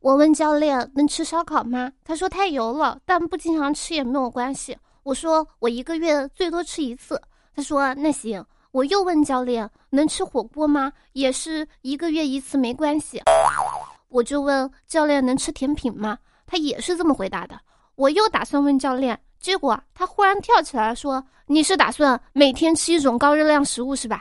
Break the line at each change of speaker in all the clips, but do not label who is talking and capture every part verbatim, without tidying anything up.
我问教练能吃烧烤吗？他说太油了，但不经常吃也没有关系。我说我一个月最多吃一次。他说那行。我又问教练能吃火锅吗？也是一个月一次没关系。我就问教练能吃甜品吗？他也是这么回答的。我又打算问教练，结果他忽然跳起来说，你是打算每天吃一种高热量食物是吧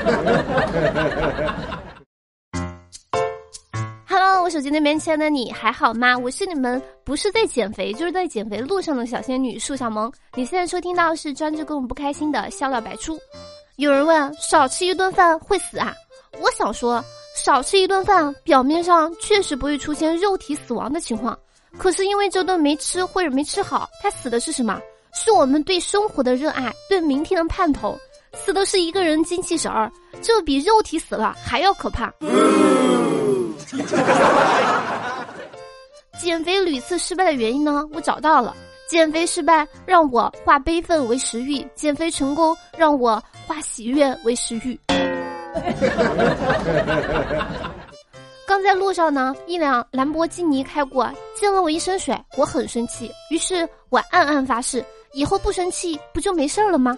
Hello， 我手机那边亲爱的你还好吗？我是你们不是在减肥就是在减肥路上的小仙女树小萌。你现在收听到是专治各种不开心的笑料百出。有人问少吃一顿饭会死啊？我想说少吃一顿饭表面上确实不会出现肉体死亡的情况，可是因为这顿没吃或者没吃好，他死的是什么？是我们对生活的热爱，对明天的盼头，死的是一个人精气神儿，这比肉体死了还要可怕。减肥屡次失败的原因呢，我找到了。减肥失败让我化悲愤为食欲，减肥成功让我化喜悦为食欲。刚在路上呢，一辆兰博基尼开过，溅了我一身水，我很生气，于是我暗暗发誓，以后不生气不就没事了吗？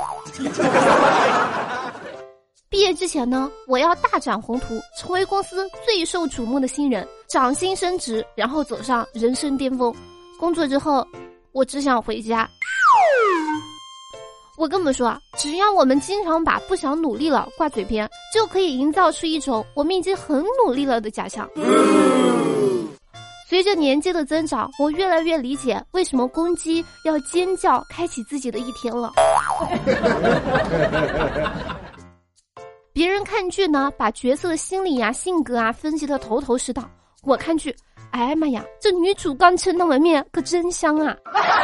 毕业之前呢，我要大展宏图，成为公司最受瞩目的新人，涨薪升职，然后走上人生巅峰。工作之后我只想回家。我跟你们说啊，只要我们经常把不想努力了挂嘴边，就可以营造出一种我们已经很努力了的假象。随着年纪的增长，我越来越理解为什么公鸡要尖叫开启自己的一天了。别人看剧呢，把角色的心理啊、性格啊分析得头头是道，我看剧，哎妈呀，这女主刚吃那碗面可真香啊！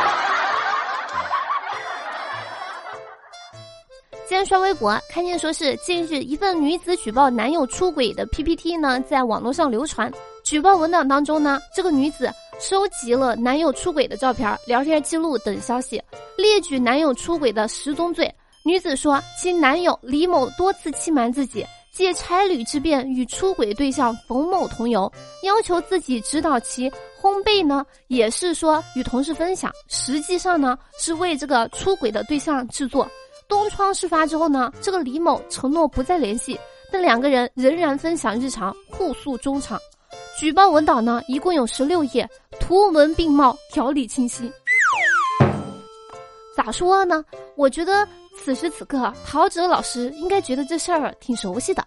今天刷微博看见说是近日一份女子举报男友出轨的 P P T 呢在网络上流传，举报文档当中呢，这个女子收集了男友出轨的照片、聊天记录等消息，列举男友出轨的十宗罪。女子说其男友李某多次欺瞒自己，借差旅之便与出轨对象冯某同游，要求自己指导其烘焙呢，也是说与同事分享，实际上呢是为这个出轨的对象制作。东窗事发之后呢，这个李某承诺不再联系，但两个人仍然分享日常，互诉衷肠。举报文档呢一共有十六页，图文并茂，条理清晰。咋说呢？我觉得此时此刻陶喆老师应该觉得这事儿挺熟悉的。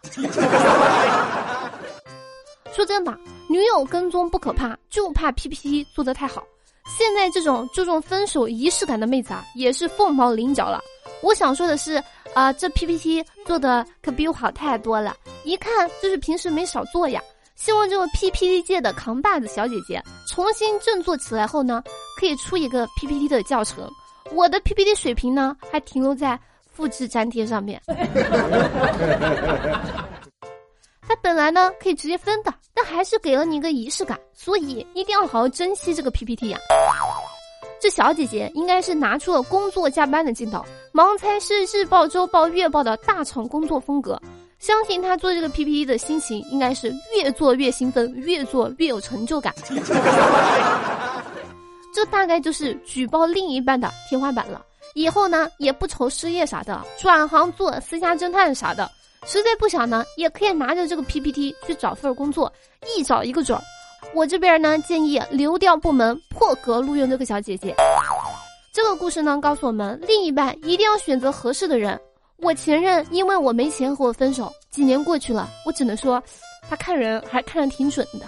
说真的，女友跟踪不可怕，就怕 P P T 做得太好。现在这种注重分手仪式感的妹子啊，也是凤毛麟角了。我想说的是啊、呃，这 P P T 做的可比我好太多了，一看就是平时没少做呀。希望这个 P P T 界的扛把子小姐姐重新振作起来后呢，可以出一个 P P T 的教程。我的 P P T 水平呢，还停留在复制粘贴上面。它本来呢可以直接分的，但还是给了你一个仪式感，所以一定要好好珍惜这个 P P T 呀、啊。这小姐姐应该是拿出了工作加班的劲头，盲猜是日报、周报、月报的大厂工作风格。相信她做这个 P P T 的心情应该是越做越兴奋，越做越有成就感。这大概就是举报另一半的天花板了。以后呢也不愁失业啥的，转行做私家侦探啥的，实在不想呢也可以拿着这个 P P T 去找份工作，一找一个准儿。我这边呢建议流调部门破格录用这个小姐姐。这个故事呢告诉我们，另一半一定要选择合适的人。我前任因为我没钱和我分手，几年过去了，我只能说他看人还看得挺准的。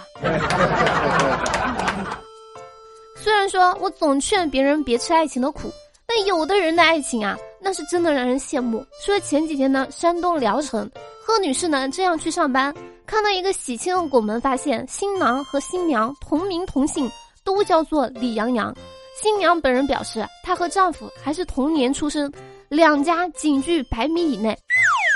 虽然说我总劝别人别吃爱情的苦，但有的人的爱情啊，那是真的让人羡慕。说前几天呢，山东聊城，贺女士呢这样去上班，看到一个喜庆的拱门，发现新郎和新娘同名同姓，都叫做李阳阳。新娘本人表示，她和丈夫还是同年出生，两家仅距百米以内。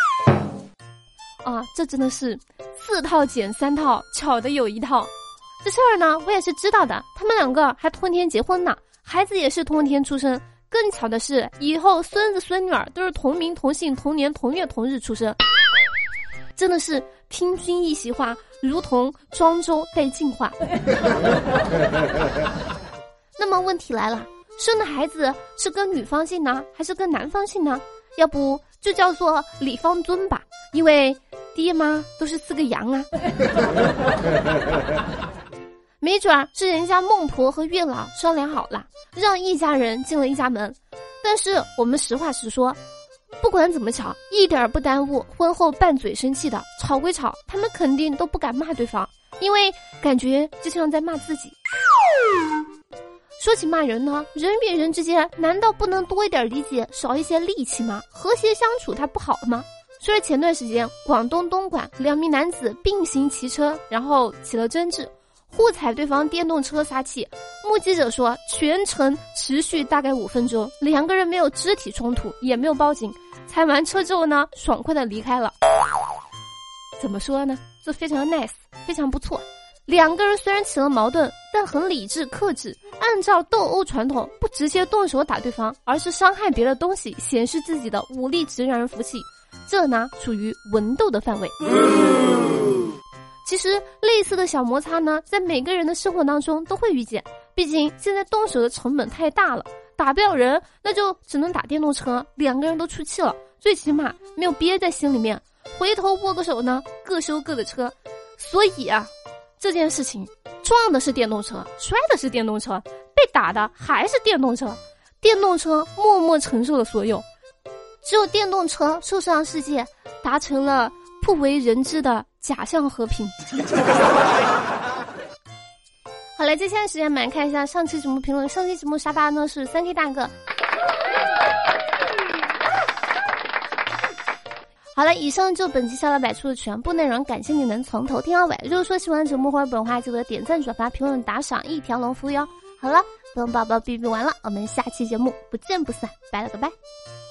啊，这真的是四套减三套，巧的有一套。这事儿呢，我也是知道的，他们两个还同天结婚呢，孩子也是同天出生。更巧的是，以后孙子孙女儿都是同名同姓、同年同月同日出生。真的是听君一席话， 如同庄周待进化。那么问题来了，生的孩子是跟女方姓呢，还是跟男方姓呢？要不就叫做李方尊吧，因为爹妈都是四个羊啊。没准儿是人家孟婆和月老商量好了，让一家人进了一家门。但是我们实话实说，不管怎么吵，一点不耽误婚后拌嘴生气的。吵归吵，他们肯定都不敢骂对方，因为感觉就像在骂自己。说起骂人呢，人与人之间难道不能多一点理解，少一些戾气吗？和谐相处它不好吗？说是前段时间广东东莞两名男子并行骑车，然后起了争执，互踩对方电动车撒气。目击者说全程持续大概五分钟，两个人没有肢体冲突，也没有报警。踩完车之后呢，爽快的离开了。怎么说呢，这非常 nice， 非常不错。两个人虽然起了矛盾，但很理智克制，按照斗殴传统，不直接动手打对方，而是伤害别的东西，显示自己的武力值，让人服气。这呢属于文斗的范围。其实类似的小摩擦呢，在每个人的生活当中都会遇见，毕竟现在动手的成本太大了，打不了人，那就只能打电动车，两个人都出气了，最起码没有憋在心里面，回头握个手呢，各修各的车。所以啊，这件事情撞的是电动车，摔的是电动车，被打的还是电动车，电动车默默承受了所有，只有电动车受伤世界达成了不为人知的假象和平。好了，接下来时间我们来看一下上期节目评论。上期节目沙发呢是三 K 大哥。好了，以上就本期笑料百出的全部内容，感谢你能从头听到尾。如果说喜欢节目或者本话，记得点赞、转发、评论、打赏，一条龙服务哟。好了，本宝宝哔哔完了，我们下期节目不见不散，拜了个拜。